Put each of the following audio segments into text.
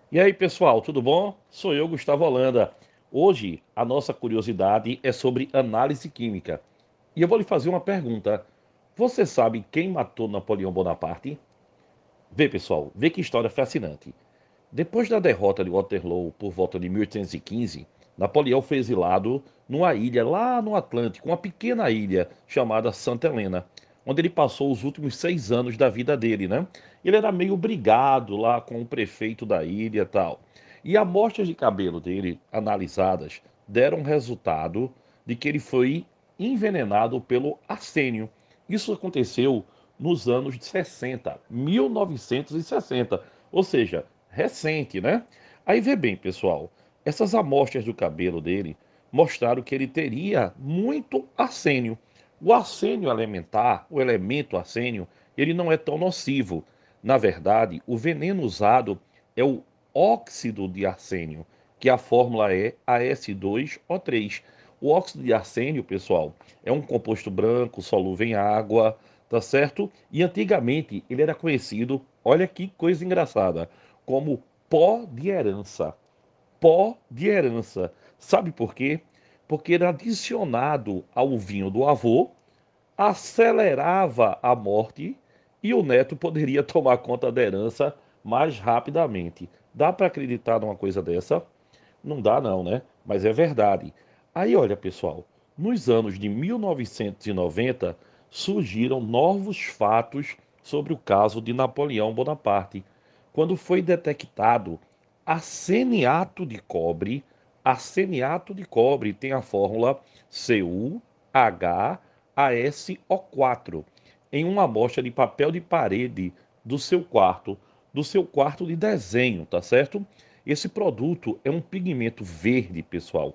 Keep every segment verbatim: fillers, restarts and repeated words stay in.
E aí, pessoal, tudo bom? Sou eu, Gustavo Holanda. Hoje, a nossa curiosidade é sobre análise química. E eu vou lhe fazer uma pergunta. Você sabe quem matou Napoleão Bonaparte? Vê, pessoal, vê que história fascinante. Depois da derrota de Waterloo por volta de mil oitocentos e quinze, Napoleão foi exilado numa ilha lá no Atlântico, uma pequena ilha chamada Santa Helena, onde ele passou os últimos seis anos da vida dele, né? Ele era meio brigado lá com o prefeito da ilha e tal. E amostras de cabelo dele, analisadas, deram resultado de que ele foi envenenado pelo arsênio. Isso aconteceu nos anos de sessenta, mil novecentos e sessenta, ou seja, recente, né? Aí vê bem, pessoal, essas amostras do cabelo dele mostraram que ele teria muito arsênio. O arsênio elementar, o elemento arsênio, ele não é tão nocivo. Na verdade, o veneno usado é o óxido de arsênio, que a fórmula é A S dois O três. O óxido de arsênio, pessoal, é um composto branco solúvel em água, tá certo? E antigamente ele era conhecido, olha que coisa engraçada, como pó de herança. Pó de herança. Sabe por quê? Porque era adicionado ao vinho do avô, acelerava a morte e o neto poderia tomar conta da herança mais rapidamente. Dá para acreditar numa coisa dessa? Não dá não, né? Mas é verdade. Aí olha, pessoal, nos anos de mil novecentos e noventa surgiram novos fatos sobre o caso de Napoleão Bonaparte, quando foi detectado arseniato de cobre. Arseniato de cobre tem a fórmula C U H A S O quatro em uma amostra de papel de parede do seu quarto, do seu quarto de desenho, tá certo? Esse produto é um pigmento verde, pessoal,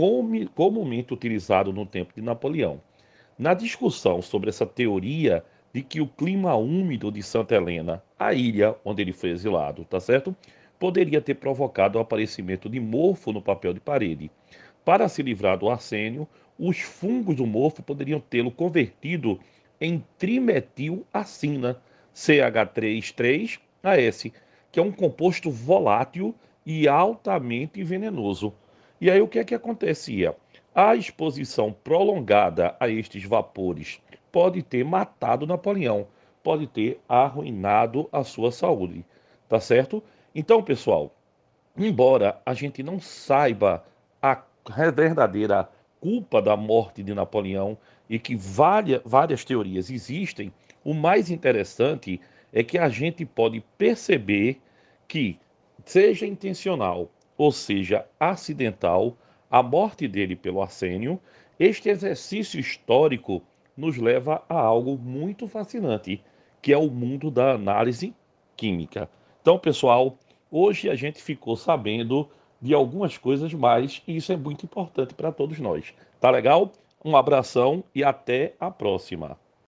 comumente utilizado no tempo de Napoleão. Na discussão sobre essa teoria de que o clima úmido de Santa Helena, a ilha onde ele foi exilado, tá certo? Poderia ter provocado o aparecimento de mofo no papel de parede. Para se livrar do arsênio, os fungos do mofo poderiam tê-lo convertido em trimetilarsina, C H três três A S, que é um composto volátil e altamente venenoso. E aí o que é que acontecia? A exposição prolongada a estes vapores pode ter matado Napoleão, pode ter arruinado a sua saúde, tá certo? Então, pessoal, embora a gente não saiba a verdadeira culpa da morte de Napoleão e que várias, várias teorias existem, o mais interessante é que a gente pode perceber que, seja intencional ou seja acidental, a morte dele pelo arsênio, este exercício histórico nos leva a algo muito fascinante, que é o mundo da análise química. Então, pessoal, hoje a gente ficou sabendo de algumas coisas mais e isso é muito importante para todos nós. Tá legal? Um abração e até a próxima.